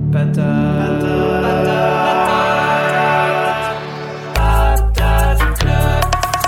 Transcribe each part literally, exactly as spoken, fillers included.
Patate, patate, patate club.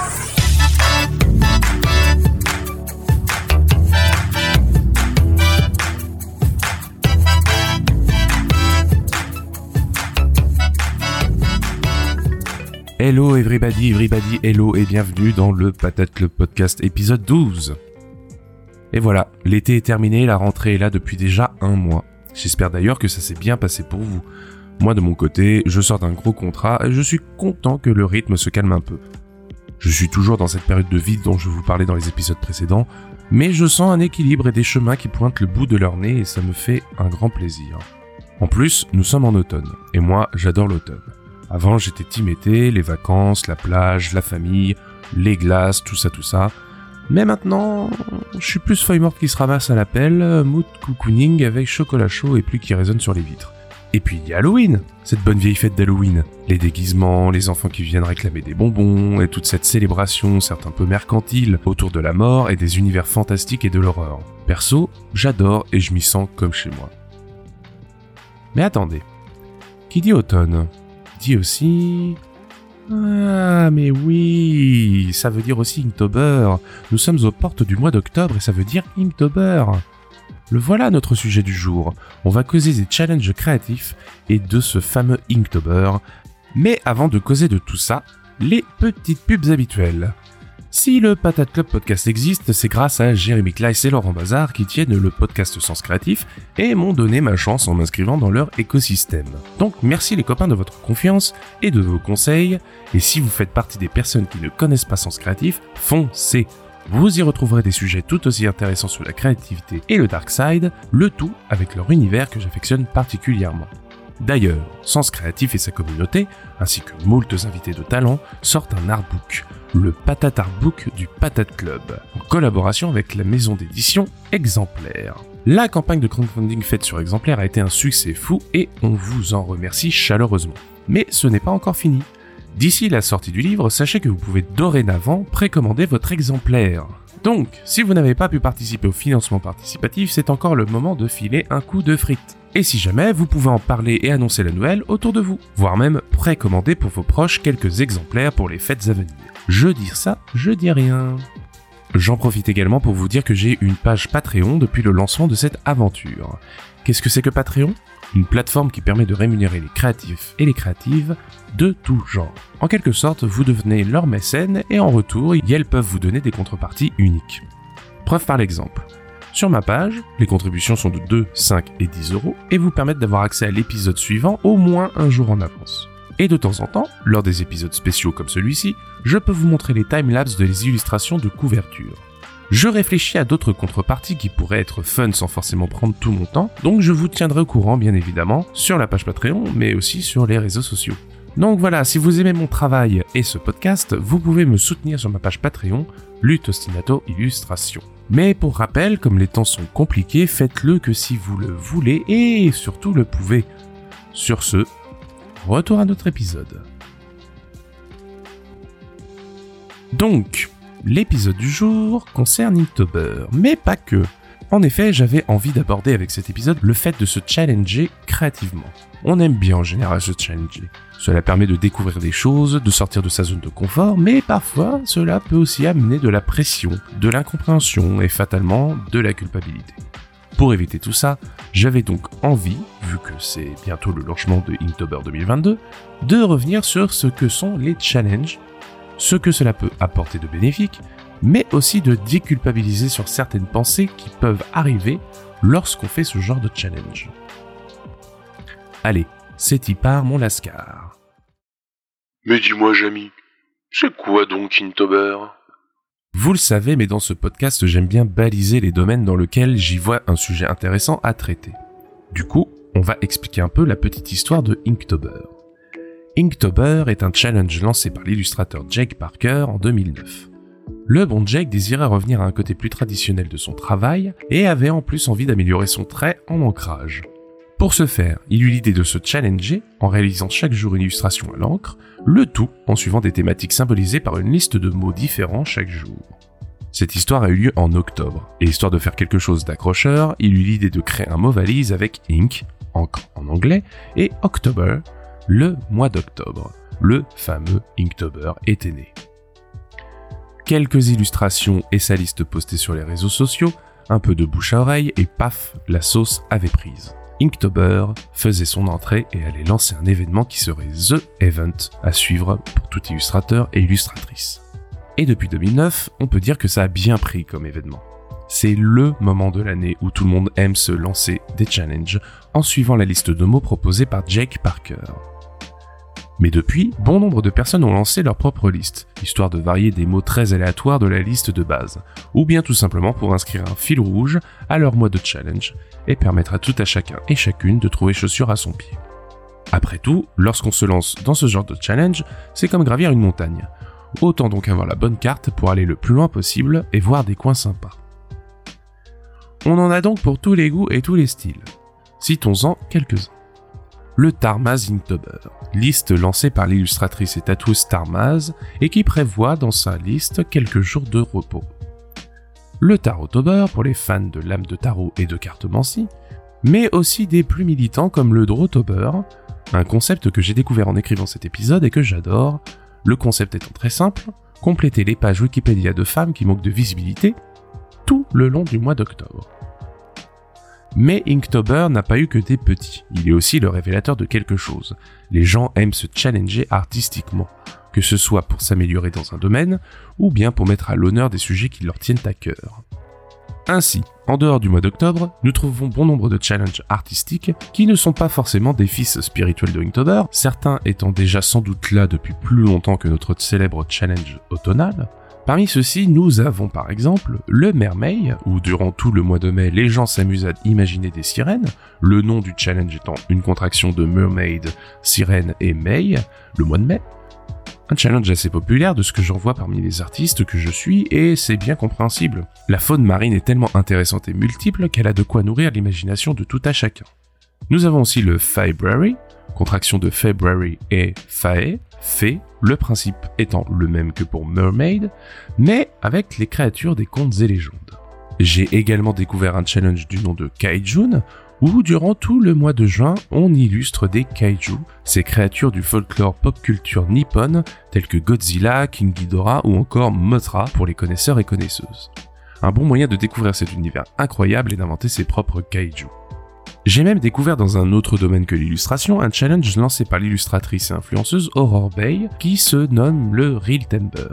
Hello everybody, everybody, hello et bienvenue dans le Patate Club Podcast épisode douze. Et voilà, l'été est terminé, la rentrée est là depuis déjà un mois. J'espère d'ailleurs que ça s'est bien passé pour vous. Moi de mon côté, je sors d'un gros contrat et je suis content que le rythme se calme un peu. Je suis toujours dans cette période de vide dont je vous parlais dans les épisodes précédents, mais je sens un équilibre et des chemins qui pointent le bout de leur nez et ça me fait un grand plaisir. En plus, nous sommes en automne, et moi j'adore l'automne. Avant, j'étais team été, les vacances, la plage, la famille, les glaces, tout ça, tout ça. Mais maintenant, je suis plus feuille morte qui se ramasse à la pelle, mood cocooning avec chocolat chaud et pluie qui résonne sur les vitres. Et puis il y a Halloween, cette bonne vieille fête d'Halloween. Les déguisements, les enfants qui viennent réclamer des bonbons, et toute cette célébration, certes un peu mercantile, autour de la mort et des univers fantastiques et de l'horreur. Perso, j'adore et je m'y sens comme chez moi. Mais attendez, qui dit automne dit aussi... Ah, mais oui, ça veut dire aussi Inktober. Nous sommes aux portes du mois d'octobre et ça veut dire Inktober. Le voilà notre sujet du jour. On va causer des challenges créatifs et de ce fameux Inktober. Mais avant de causer de tout ça, les petites pubs habituelles. Si le Patate Club Podcast existe, c'est grâce à Jérémy Kleiss et Laurent Bazar qui tiennent le podcast Sens Créatif et m'ont donné ma chance en m'inscrivant dans leur écosystème. Donc merci les copains de votre confiance et de vos conseils, et si vous faites partie des personnes qui ne connaissent pas Sens Créatif, foncez. Vous y retrouverez des sujets tout aussi intéressants sur la créativité et le dark side, le tout avec leur univers que j'affectionne particulièrement. D'ailleurs, Sens Créatif et sa communauté, ainsi que moultes invités de talent, sortent un artbook, le Patate Artbook du Patate Club, en collaboration avec la maison d'édition Exemplaire. La campagne de crowdfunding faite sur Exemplaire a été un succès fou et on vous en remercie chaleureusement. Mais ce n'est pas encore fini. D'ici la sortie du livre, sachez que vous pouvez dorénavant précommander votre exemplaire. Donc, si vous n'avez pas pu participer au financement participatif, c'est encore le moment de filer un coup de frites. Et si jamais, vous pouvez en parler et annoncer la nouvelle autour de vous, voire même précommander pour vos proches quelques exemplaires pour les fêtes à venir. Je dis ça, je dis rien. J'en profite également pour vous dire que j'ai une page Patreon depuis le lancement de cette aventure. Qu'est-ce que c'est que Patreon ? Une plateforme qui permet de rémunérer les créatifs et les créatives de tout genre. En quelque sorte, vous devenez leur mécène et en retour, elles peuvent vous donner des contreparties uniques. Preuve par l'exemple. Sur ma page, les contributions sont de deux, cinq et dix euros et vous permettent d'avoir accès à l'épisode suivant au moins un jour en avance. Et de temps en temps, lors des épisodes spéciaux comme celui-ci, je peux vous montrer les timelapses de les illustrations de couverture. Je réfléchis à d'autres contreparties qui pourraient être fun sans forcément prendre tout mon temps, donc je vous tiendrai au courant bien évidemment sur la page Patreon, mais aussi sur les réseaux sociaux. Donc voilà, si vous aimez mon travail et ce podcast, vous pouvez me soutenir sur ma page Patreon, Lutte Ostinato Illustration. Mais pour rappel, comme les temps sont compliqués, faites-le que si vous le voulez et surtout le pouvez. Sur ce, retour à notre épisode. Donc, l'épisode du jour concerne Inktober, mais pas que. En effet, j'avais envie d'aborder avec cet épisode le fait de se challenger créativement. On aime bien en général se challenger. Cela permet de découvrir des choses, de sortir de sa zone de confort, mais parfois cela peut aussi amener de la pression, de l'incompréhension et fatalement de la culpabilité. Pour éviter tout ça, j'avais donc envie, vu que c'est bientôt le lancement de Inktober deux mille vingt-deux, de revenir sur ce que sont les challenges, ce que cela peut apporter de bénéfique, mais aussi de déculpabiliser sur certaines pensées qui peuvent arriver lorsqu'on fait ce genre de challenge. Allez, c'est y part mon lascar. Mais dis-moi Jamy, c'est quoi donc Inktober ? Vous le savez, mais dans ce podcast, j'aime bien baliser les domaines dans lesquels j'y vois un sujet intéressant à traiter. Du coup, on va expliquer un peu la petite histoire de Inktober. Inktober est un challenge lancé par l'illustrateur Jake Parker en deux mille neuf. Le bon Jake désirait revenir à un côté plus traditionnel de son travail et avait en plus envie d'améliorer son trait en ancrage. Pour ce faire, il eut l'idée de se challenger en réalisant chaque jour une illustration à l'encre, le tout en suivant des thématiques symbolisées par une liste de mots différents chaque jour. Cette histoire a eu lieu en octobre, et histoire de faire quelque chose d'accrocheur, il eut l'idée de créer un mot valise avec Ink, encre en anglais, et October, le mois d'octobre. Le fameux Inktober était né. Quelques illustrations et sa liste postée sur les réseaux sociaux, un peu de bouche à oreille et paf, la sauce avait prise. Inktober faisait son entrée et allait lancer un événement qui serait The Event à suivre pour tout illustrateur et illustratrice. Et depuis deux mille neuf, on peut dire que ça a bien pris comme événement. C'est le moment de l'année où tout le monde aime se lancer des challenges en suivant la liste de mots proposée par Jake Parker. Mais depuis, bon nombre de personnes ont lancé leur propre liste, histoire de varier des mots très aléatoires de la liste de base, ou bien tout simplement pour inscrire un fil rouge à leur mois de challenge et permettre à tout à chacun et chacune de trouver chaussure à son pied. Après tout, lorsqu'on se lance dans ce genre de challenge, c'est comme gravir une montagne. Autant donc avoir la bonne carte pour aller le plus loin possible et voir des coins sympas. On en a donc pour tous les goûts et tous les styles. Citons-en quelques-uns. Le Tarmaz Inktober, liste lancée par l'illustratrice et tatoueuse Tarmaz et qui prévoit dans sa liste quelques jours de repos. Le Tarotober pour les fans de lames de tarot et de cartomancie, mais aussi des plus militants comme le Drotober, un concept que j'ai découvert en écrivant cet épisode et que j'adore, le concept étant très simple, compléter les pages Wikipédia de femmes qui manquent de visibilité tout le long du mois d'octobre. Mais Inktober n'a pas eu que des petits, il est aussi le révélateur de quelque chose. Les gens aiment se challenger artistiquement, que ce soit pour s'améliorer dans un domaine, ou bien pour mettre à l'honneur des sujets qui leur tiennent à cœur. Ainsi, en dehors du mois d'octobre, nous trouvons bon nombre de challenges artistiques qui ne sont pas forcément des fils spirituels de Inktober, certains étant déjà sans doute là depuis plus longtemps que notre célèbre challenge automnal. Parmi ceux-ci, nous avons par exemple le Mermaid, où durant tout le mois de mai, les gens s'amusent à imaginer des sirènes, le nom du challenge étant une contraction de Mermaid, sirène et May, le mois de mai. Un challenge assez populaire de ce que j'en vois parmi les artistes que je suis, et c'est bien compréhensible. La faune marine est tellement intéressante et multiple qu'elle a de quoi nourrir l'imagination de tout à chacun. Nous avons aussi le February, contraction de February et Fae, Fée, le principe étant le même que pour Mermaid, mais avec les créatures des contes et légendes. J'ai également découvert un challenge du nom de Kaijun, où durant tout le mois de juin, on illustre des kaiju, ces créatures du folklore pop culture nippone, telles que Godzilla, King Ghidorah ou encore Mothra pour les connaisseurs et connaisseuses. Un bon moyen de découvrir cet univers incroyable et d'inventer ses propres kaiju. J'ai même découvert dans un autre domaine que l'illustration un challenge lancé par l'illustratrice et influenceuse Aurore Bay qui se nomme le Reeltember.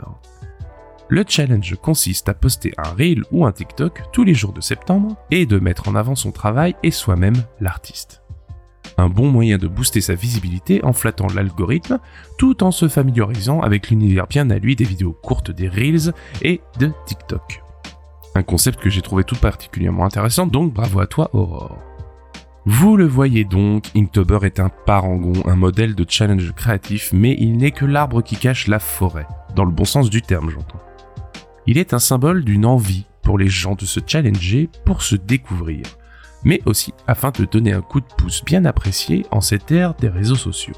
Le challenge consiste à poster un reel ou un TikTok tous les jours de septembre et de mettre en avant son travail et soi-même l'artiste. Un bon moyen de booster sa visibilité en flattant l'algorithme tout en se familiarisant avec l'univers bien à lui des vidéos courtes des reels et de TikTok. Un concept que j'ai trouvé tout particulièrement intéressant, donc bravo à toi Aurore. Vous le voyez donc, Inktober est un parangon, un modèle de challenge créatif, mais il n'est que l'arbre qui cache la forêt, dans le bon sens du terme j'entends. Il est un symbole d'une envie pour les gens de se challenger pour se découvrir, mais aussi afin de donner un coup de pouce bien apprécié en cette ère des réseaux sociaux.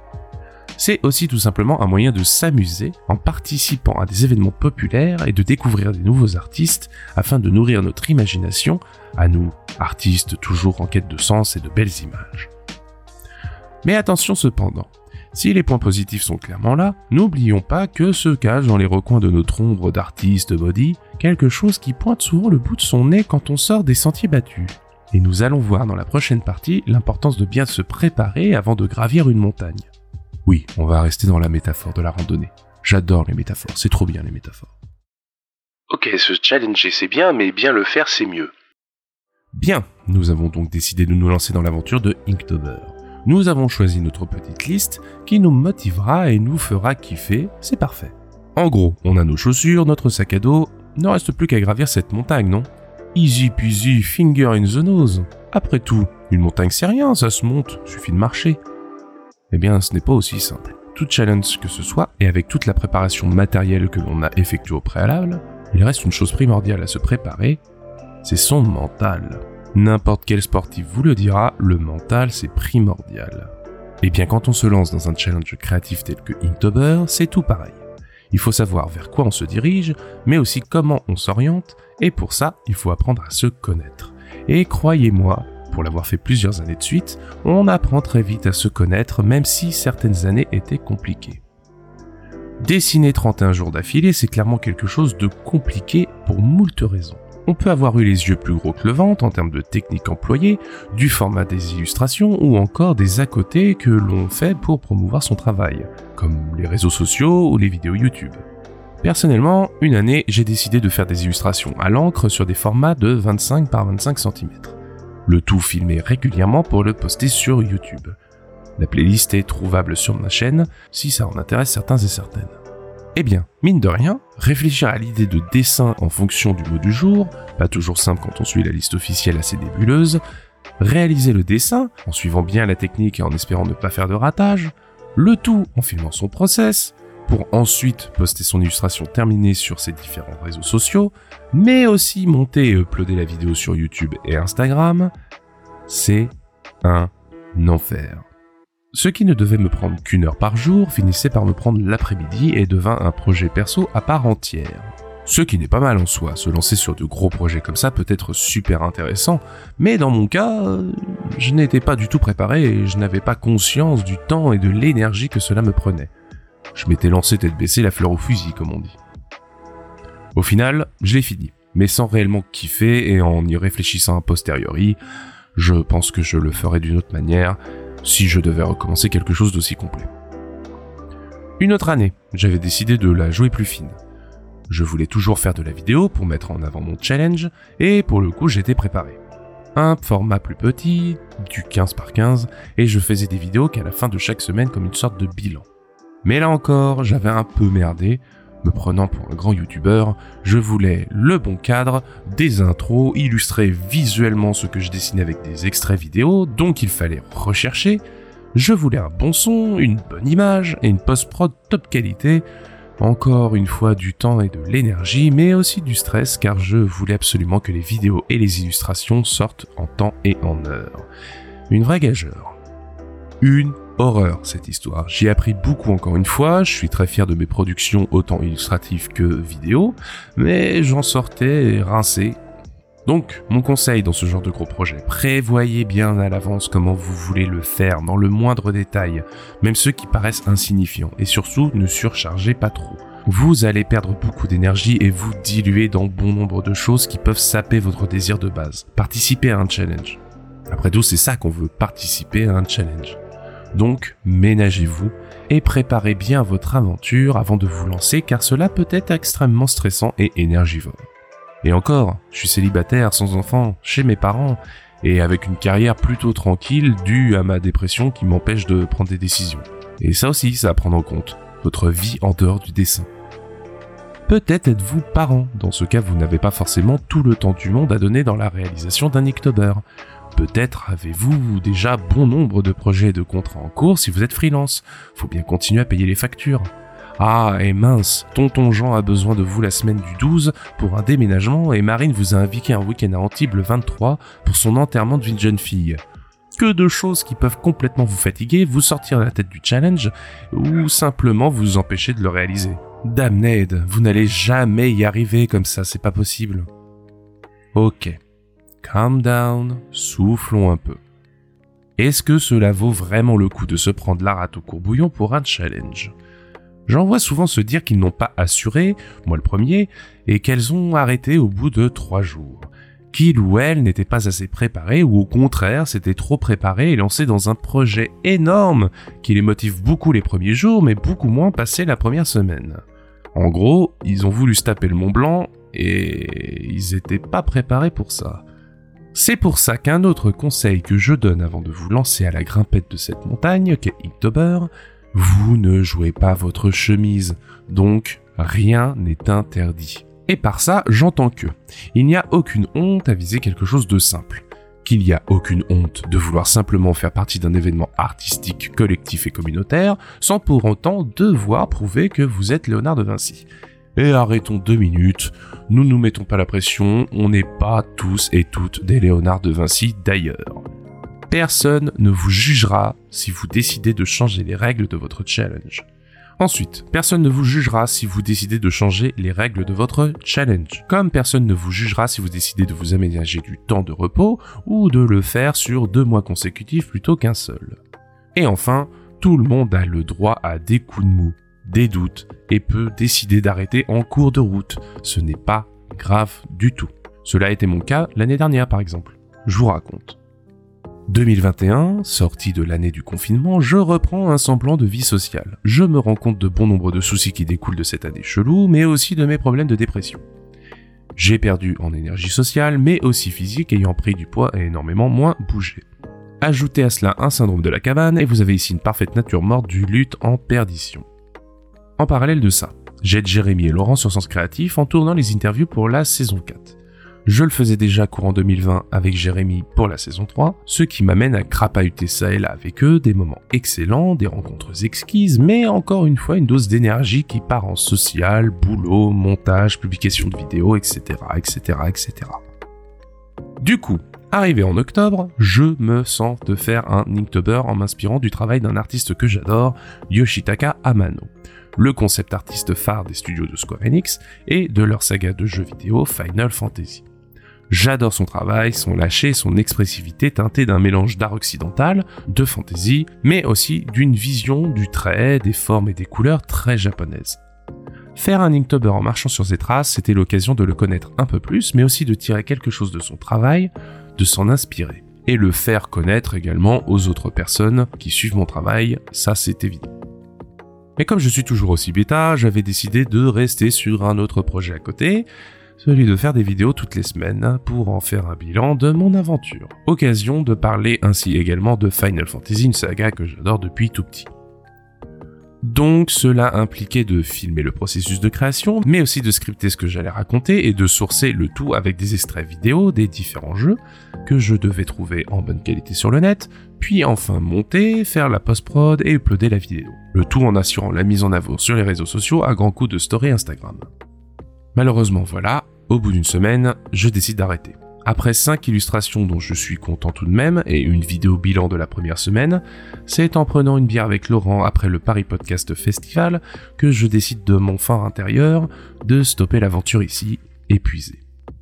C'est aussi tout simplement un moyen de s'amuser en participant à des événements populaires et de découvrir des nouveaux artistes afin de nourrir notre imagination, à nous, artistes toujours en quête de sens et de belles images. Mais attention cependant, si les points positifs sont clairement là, n'oublions pas que se cache dans les recoins de notre ombre d'artistes maudits quelque chose qui pointe souvent le bout de son nez quand on sort des sentiers battus. Et nous allons voir dans la prochaine partie l'importance de bien se préparer avant de gravir une montagne. Oui, on va rester dans la métaphore de la randonnée. J'adore les métaphores, c'est trop bien les métaphores. Ok, se challenger c'est bien, mais bien le faire c'est mieux. Bien, nous avons donc décidé de nous lancer dans l'aventure de Inktober. Nous avons choisi notre petite liste qui nous motivera et nous fera kiffer, c'est parfait. En gros, on a nos chaussures, notre sac à dos, il ne reste plus qu'à gravir cette montagne, non ? Easy peasy, finger in the nose. Après tout, une montagne c'est rien, ça se monte, suffit de marcher. Eh bien, ce n'est pas aussi simple. Tout challenge que ce soit, et avec toute la préparation matérielle que l'on a effectuée au préalable, il reste une chose primordiale à se préparer, c'est son mental. N'importe quel sportif vous le dira, le mental c'est primordial. Et bien quand on se lance dans un challenge créatif tel que Inktober, c'est tout pareil. Il faut savoir vers quoi on se dirige, mais aussi comment on s'oriente, et pour ça, il faut apprendre à se connaître. Et croyez-moi, pour l'avoir fait plusieurs années de suite, on apprend très vite à se connaître même si certaines années étaient compliquées. Dessiner trente et un jours d'affilée, c'est clairement quelque chose de compliqué pour moult raisons. On peut avoir eu les yeux plus gros que le ventre en termes de techniques employées, du format des illustrations ou encore des à côté que l'on fait pour promouvoir son travail, comme les réseaux sociaux ou les vidéos YouTube. Personnellement, une année, j'ai décidé de faire des illustrations à l'encre sur des formats de vingt-cinq par vingt-cinq centimètres. Le tout filmé régulièrement pour le poster sur YouTube. La playlist est trouvable sur ma chaîne si ça en intéresse certains et certaines. Eh bien, mine de rien, réfléchir à l'idée de dessin en fonction du mot du jour, pas toujours simple quand on suit la liste officielle assez nébuleuse, réaliser le dessin en suivant bien la technique et en espérant ne pas faire de ratage, le tout en filmant son process, pour ensuite poster son illustration terminée sur ses différents réseaux sociaux, mais aussi monter et uploader la vidéo sur YouTube et Instagram, c'est un enfer. Ce qui ne devait me prendre qu'une heure par jour finissait par me prendre l'après-midi et devint un projet perso à part entière. Ce qui n'est pas mal en soi, se lancer sur de gros projets comme ça peut être super intéressant, mais dans mon cas, je n'étais pas du tout préparé et je n'avais pas conscience du temps et de l'énergie que cela me prenait. Je m'étais lancé tête baissée la fleur au fusil, comme on dit. Au final, je l'ai fini, mais sans réellement kiffer et en y réfléchissant a posteriori, je pense que je le ferais d'une autre manière, si je devais recommencer quelque chose d'aussi complet. Une autre année, j'avais décidé de la jouer plus fine. Je voulais toujours faire de la vidéo pour mettre en avant mon challenge, et pour le coup j'étais préparé. Un format plus petit, du quinze par quinze, et je faisais des vidéos qu'à la fin de chaque semaine comme une sorte de bilan. Mais là encore, j'avais un peu merdé, me prenant pour un grand youtubeur, je voulais le bon cadre, des intros, illustrer visuellement ce que je dessinais avec des extraits vidéo, donc il fallait rechercher. Je voulais un bon son, une bonne image et une post-prod top qualité. Encore une fois du temps et de l'énergie, mais aussi du stress car je voulais absolument que les vidéos et les illustrations sortent en temps et en heure. Une vraie gageure. Une horreur cette histoire. J'y ai appris beaucoup encore une fois, je suis très fier de mes productions autant illustratives que vidéo, mais j'en sortais rincé. Donc, mon conseil dans ce genre de gros projet, prévoyez bien à l'avance comment vous voulez le faire, dans le moindre détail, même ceux qui paraissent insignifiants, et surtout ne surchargez pas trop. Vous allez perdre beaucoup d'énergie et vous diluer dans bon nombre de choses qui peuvent saper votre désir de base. Participez à un challenge. Après tout, c'est ça qu'on veut, participer à un challenge. Donc, ménagez-vous et préparez bien votre aventure avant de vous lancer car cela peut être extrêmement stressant et énergivore. Et encore, je suis célibataire, sans enfant, chez mes parents et avec une carrière plutôt tranquille due à ma dépression qui m'empêche de prendre des décisions. Et ça aussi, ça à prendre en compte, votre vie en dehors du dessin. Peut-être êtes-vous parent, dans ce cas vous n'avez pas forcément tout le temps du monde à donner dans la réalisation d'un Inktober. Peut-être avez-vous déjà bon nombre de projets et de contrats en cours si vous êtes freelance. Faut bien continuer à payer les factures. Ah, et mince, tonton Jean a besoin de vous la semaine du douze pour un déménagement et Marine vous a invité un week-end à Antibes le vingt-trois pour son enterrement de vie de jeune fille. Que de choses qui peuvent complètement vous fatiguer, vous sortir la tête du challenge ou simplement vous empêcher de le réaliser. Damned, vous n'allez jamais y arriver comme ça, c'est pas possible. Ok. Calm down, soufflons un peu. Est-ce que cela vaut vraiment le coup de se prendre la rate au courbouillon pour un challenge ? J'en vois souvent se dire qu'ils n'ont pas assuré, moi le premier, et qu'elles ont arrêté au bout de trois jours. Qu'ils ou elles n'étaient pas assez préparés ou au contraire s'étaient trop préparés et lancés dans un projet énorme qui les motive beaucoup les premiers jours mais beaucoup moins passé la première semaine. En gros, ils ont voulu se taper le Mont Blanc et ils étaient pas préparés pour ça. C'est pour ça qu'un autre conseil que je donne avant de vous lancer à la grimpette de cette montagne, qu'est Inktober, vous ne jouez pas votre chemise, donc rien n'est interdit. Et par ça, j'entends que il n'y a aucune honte à viser quelque chose de simple, qu'il n'y a aucune honte de vouloir simplement faire partie d'un événement artistique, collectif et communautaire, sans pour autant devoir prouver que vous êtes Léonard de Vinci. Et arrêtons deux minutes, nous ne nous mettons pas la pression, on n'est pas tous et toutes des Léonard de Vinci d'ailleurs. Personne ne vous jugera si vous décidez de changer les règles de votre challenge. Ensuite, personne ne vous jugera si vous décidez de changer les règles de votre challenge, comme personne ne vous jugera si vous décidez de vous aménager du temps de repos ou de le faire sur deux mois consécutifs plutôt qu'un seul. Et enfin, tout le monde a le droit à des coups de mou, des doutes, et peut décider d'arrêter en cours de route. Ce n'est pas grave du tout. Cela a été mon cas l'année dernière par exemple. Je vous raconte. deux mille vingt et un, sortie de l'année du confinement, je reprends un semblant de vie sociale. Je me rends compte de bon nombre de soucis qui découlent de cette année chelou, mais aussi de mes problèmes de dépression. J'ai perdu en énergie sociale, mais aussi physique, ayant pris du poids et énormément moins bougé. Ajoutez à cela un syndrome de la cabane, et vous avez ici une parfaite nature morte du lutte en perdition. En parallèle de ça, j'aide Jérémy et Laurent sur Sens Créatif en tournant les interviews pour la saison quatre. Je le faisais déjà courant deux mille vingt avec Jérémy pour la saison trois, ce qui m'amène à crapahuter ça et là avec eux, des moments excellents, des rencontres exquises, mais encore une fois une dose d'énergie qui part en social, boulot, montage, publication de vidéos, et cetera, et cetera, et cetera. Du coup, arrivé en octobre, je me sens de faire un Inktober en m'inspirant du travail d'un artiste que j'adore, Yoshitaka Amano, le concept artiste phare des studios de Square Enix et de leur saga de jeux vidéo Final Fantasy. J'adore son travail, son lâcher, son expressivité teintée d'un mélange d'art occidental, de fantasy, mais aussi d'une vision du trait, des formes et des couleurs très japonaises. Faire un Inktober en marchant sur ses traces, c'était l'occasion de le connaître un peu plus, mais aussi de tirer quelque chose de son travail, de s'en inspirer, et le faire connaître également aux autres personnes qui suivent mon travail, ça c'est évident. Mais comme je suis toujours aussi bêta, j'avais décidé de rester sur un autre projet à côté, celui de faire des vidéos toutes les semaines pour en faire un bilan de mon aventure. Occasion de parler ainsi également de Final Fantasy, une saga que j'adore depuis tout petit. Donc cela impliquait de filmer le processus de création, mais aussi de scripter ce que j'allais raconter et de sourcer le tout avec des extraits vidéo des différents jeux que je devais trouver en bonne qualité sur le net, puis enfin monter, faire la post-prod et uploader la vidéo. Le tout en assurant la mise en avant sur les réseaux sociaux à grands coups de story Instagram. Malheureusement voilà, au bout d'une semaine, je décide d'arrêter. Après cinq illustrations dont je suis content tout de même, et une vidéo bilan de la première semaine, c'est en prenant une bière avec Laurent après le Paris Podcast Festival que je décide de mon fort intérieur de stopper l'aventure ici, épuisé.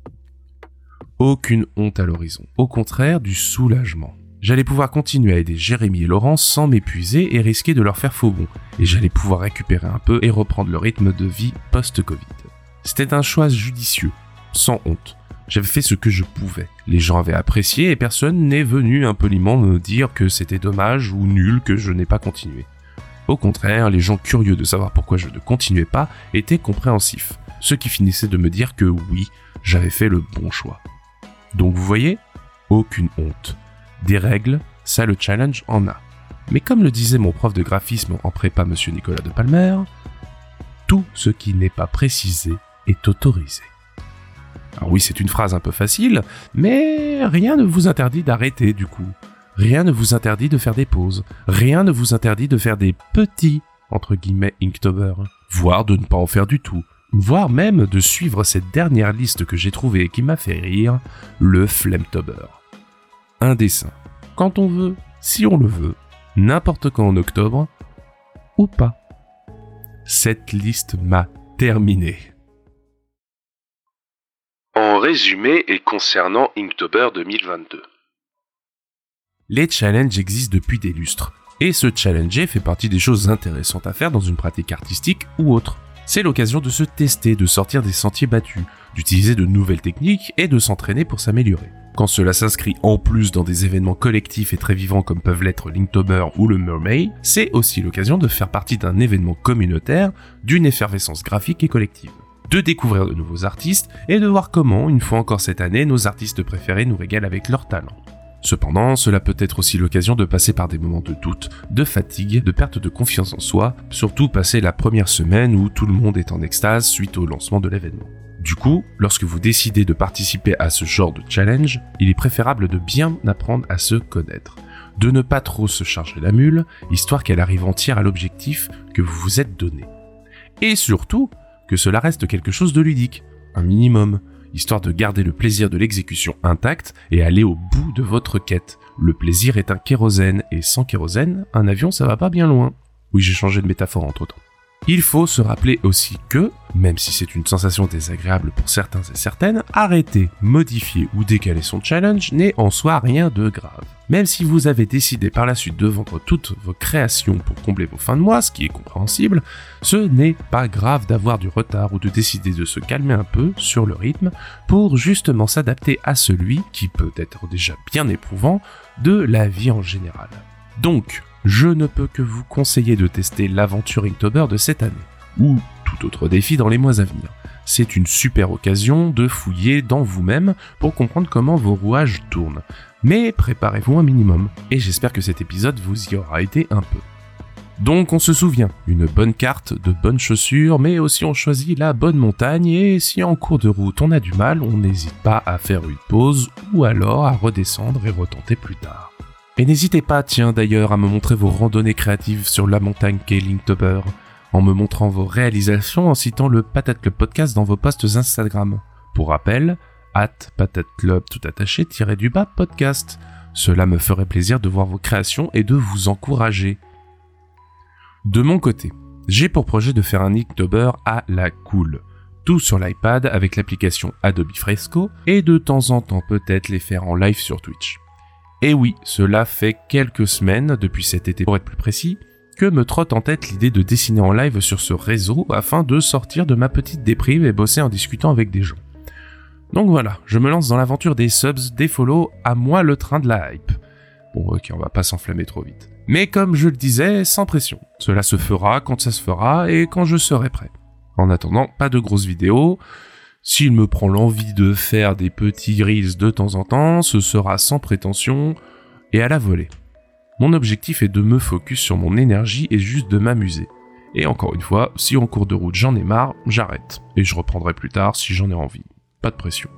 Aucune honte à l'horizon, au contraire du soulagement. J'allais pouvoir continuer à aider Jérémy et Laurent sans m'épuiser et risquer de leur faire faux bond, et j'allais pouvoir récupérer un peu et reprendre le rythme de vie post-Covid. C'était un choix judicieux, sans honte. J'avais fait ce que je pouvais. Les gens avaient apprécié et personne n'est venu impoliment me dire que c'était dommage ou nul que je n'ai pas continué. Au contraire, les gens curieux de savoir pourquoi je ne continuais pas étaient compréhensifs, ce qui finissait de me dire que oui, j'avais fait le bon choix. Donc vous voyez, aucune honte. Des règles, ça le challenge en a. Mais comme le disait mon prof de graphisme en prépa monsieur Nicolas de Palmer, tout ce qui n'est pas précisé est autorisé. Alors oui, c'est une phrase un peu facile, mais rien ne vous interdit d'arrêter du coup. Rien ne vous interdit de faire des pauses. Rien ne vous interdit de faire des petits, entre guillemets, Inktober. Voire de ne pas en faire du tout. Voire même de suivre cette dernière liste que j'ai trouvée et qui m'a fait rire, le Flemtober. Un dessin. Quand on veut, si on le veut, n'importe quand en octobre, ou pas. Cette liste m'a terminé. En résumé et concernant Inktober deux mille vingt-deux. Les challenges existent depuis des lustres, et se challenger fait partie des choses intéressantes à faire dans une pratique artistique ou autre. C'est l'occasion de se tester, de sortir des sentiers battus, d'utiliser de nouvelles techniques et de s'entraîner pour s'améliorer. Quand cela s'inscrit en plus dans des événements collectifs et très vivants comme peuvent l'être l'Inktober ou le Mermaid, c'est aussi l'occasion de faire partie d'un événement communautaire, d'une effervescence graphique et collective. De découvrir de nouveaux artistes et de voir comment, une fois encore cette année, nos artistes préférés nous régalent avec leur talent. Cependant, cela peut être aussi l'occasion de passer par des moments de doute, de fatigue, de perte de confiance en soi, surtout passer la première semaine où tout le monde est en extase suite au lancement de l'événement. Du coup, lorsque vous décidez de participer à ce genre de challenge, il est préférable de bien apprendre à se connaître, de ne pas trop se charger la mule, histoire qu'elle arrive entière à l'objectif que vous vous êtes donné. Et surtout, que cela reste quelque chose de ludique, un minimum, histoire de garder le plaisir de l'exécution intact et aller au bout de votre quête. Le plaisir est un kérosène, et sans kérosène, un avion ça va pas bien loin. Oui, j'ai changé de métaphore entre temps. Il faut se rappeler aussi que, même si c'est une sensation désagréable pour certains et certaines, arrêter, modifier ou décaler son challenge n'est en soi rien de grave. Même si vous avez décidé par la suite de vendre toutes vos créations pour combler vos fins de mois, ce qui est compréhensible, ce n'est pas grave d'avoir du retard ou de décider de se calmer un peu sur le rythme pour justement s'adapter à celui, qui peut être déjà bien éprouvant, de la vie en général. Donc, je ne peux que vous conseiller de tester l'aventure Inktober de cette année, ou tout autre défi dans les mois à venir. C'est une super occasion de fouiller dans vous-même pour comprendre comment vos rouages tournent. Mais préparez-vous un minimum, et j'espère que cet épisode vous y aura aidé un peu. Donc on se souvient, une bonne carte, de bonnes chaussures, mais aussi on choisit la bonne montagne, et si en cours de route on a du mal, on n'hésite pas à faire une pause, ou alors à redescendre et retenter plus tard. Et n'hésitez pas, tiens d'ailleurs, à me montrer vos randonnées créatives sur la montagne qu'est Linktober, en me montrant vos réalisations en citant le Patate Club Podcast dans vos posts Instagram. Pour rappel, at Patate Club tout attaché tiré du bas podcast. Cela me ferait plaisir de voir vos créations et de vous encourager. De mon côté, j'ai pour projet de faire un Inktober à la cool. Tout sur l'iPad avec l'application Adobe Fresco et de temps en temps peut-être les faire en live sur Twitch. Et oui, cela fait quelques semaines, depuis cet été pour être plus précis, que me trotte en tête l'idée de dessiner en live sur ce réseau afin de sortir de ma petite déprime et bosser en discutant avec des gens. Donc voilà, je me lance dans l'aventure des subs, des follow, à moi le train de la hype. Bon ok, on va pas s'enflammer trop vite. Mais comme je le disais, sans pression. Cela se fera quand ça se fera et quand je serai prêt. En attendant, pas de grosses vidéos. S'il me prend l'envie de faire des petits reels de temps en temps, ce sera sans prétention et à la volée. Mon objectif est de me focus sur mon énergie et juste de m'amuser. Et encore une fois, si en cours de route j'en ai marre, j'arrête. Et je reprendrai plus tard si j'en ai envie. Pas de pression.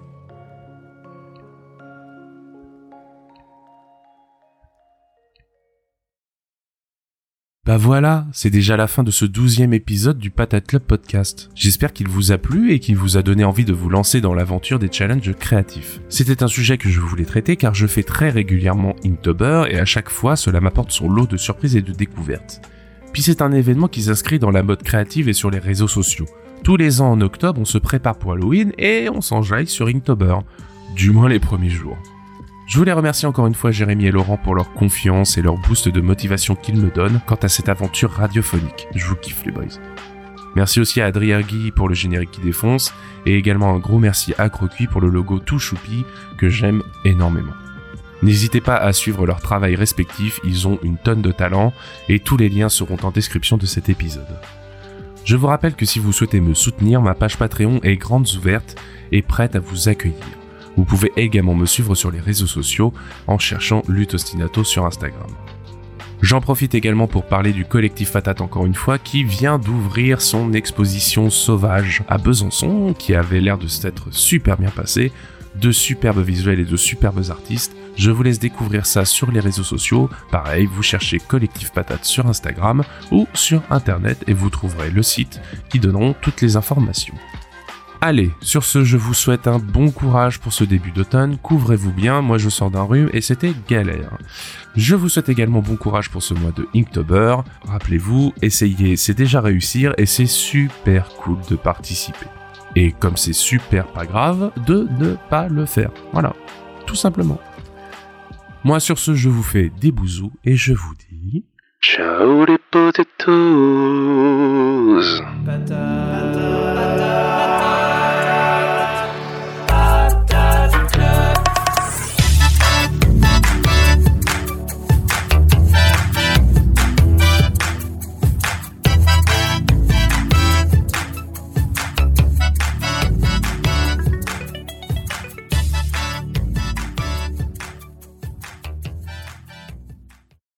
Bah voilà, c'est déjà la fin de ce douzième épisode du Patate Club Podcast. J'espère qu'il vous a plu et qu'il vous a donné envie de vous lancer dans l'aventure des challenges créatifs. C'était un sujet que je voulais traiter car je fais très régulièrement Inktober et à chaque fois cela m'apporte son lot de surprises et de découvertes. Puis c'est un événement qui s'inscrit dans la mode créative et sur les réseaux sociaux. Tous les ans en octobre, on se prépare pour Halloween et on s'enjaille sur Inktober. Du moins les premiers jours. Je voulais remercier encore une fois Jérémy et Laurent pour leur confiance et leur boost de motivation qu'ils me donnent quant à cette aventure radiophonique. Je vous kiffe les boys. Merci aussi à Adrien Guy pour le générique qui défonce et également un gros merci à Crocuit pour le logo tout choupi que j'aime énormément. N'hésitez pas à suivre leur travail respectif, ils ont une tonne de talent et tous les liens seront en description de cet épisode. Je vous rappelle que si vous souhaitez me soutenir, ma page Patreon est grande ouverte et prête à vous accueillir. Vous pouvez également me suivre sur les réseaux sociaux en cherchant Lutte Ostinato sur Instagram. J'en profite également pour parler du collectif Patate encore une fois qui vient d'ouvrir son exposition sauvage à Besançon qui avait l'air de s'être super bien passée, de superbes visuels et de superbes artistes. Je vous laisse découvrir ça sur les réseaux sociaux. Pareil, vous cherchez Collectif Patate sur Instagram ou sur internet et vous trouverez le site qui donneront toutes les informations. Allez, sur ce, je vous souhaite un bon courage pour ce début d'automne, couvrez-vous bien, moi je sors d'un rhume et c'était galère. Je vous souhaite également bon courage pour ce mois de Inktober, rappelez-vous, essayez, c'est déjà réussir et c'est super cool de participer. Et comme c'est super pas grave, de ne pas le faire, voilà, tout simplement. Moi sur ce, je vous fais des bousous et je vous dis... Ciao les potatoes. Patate.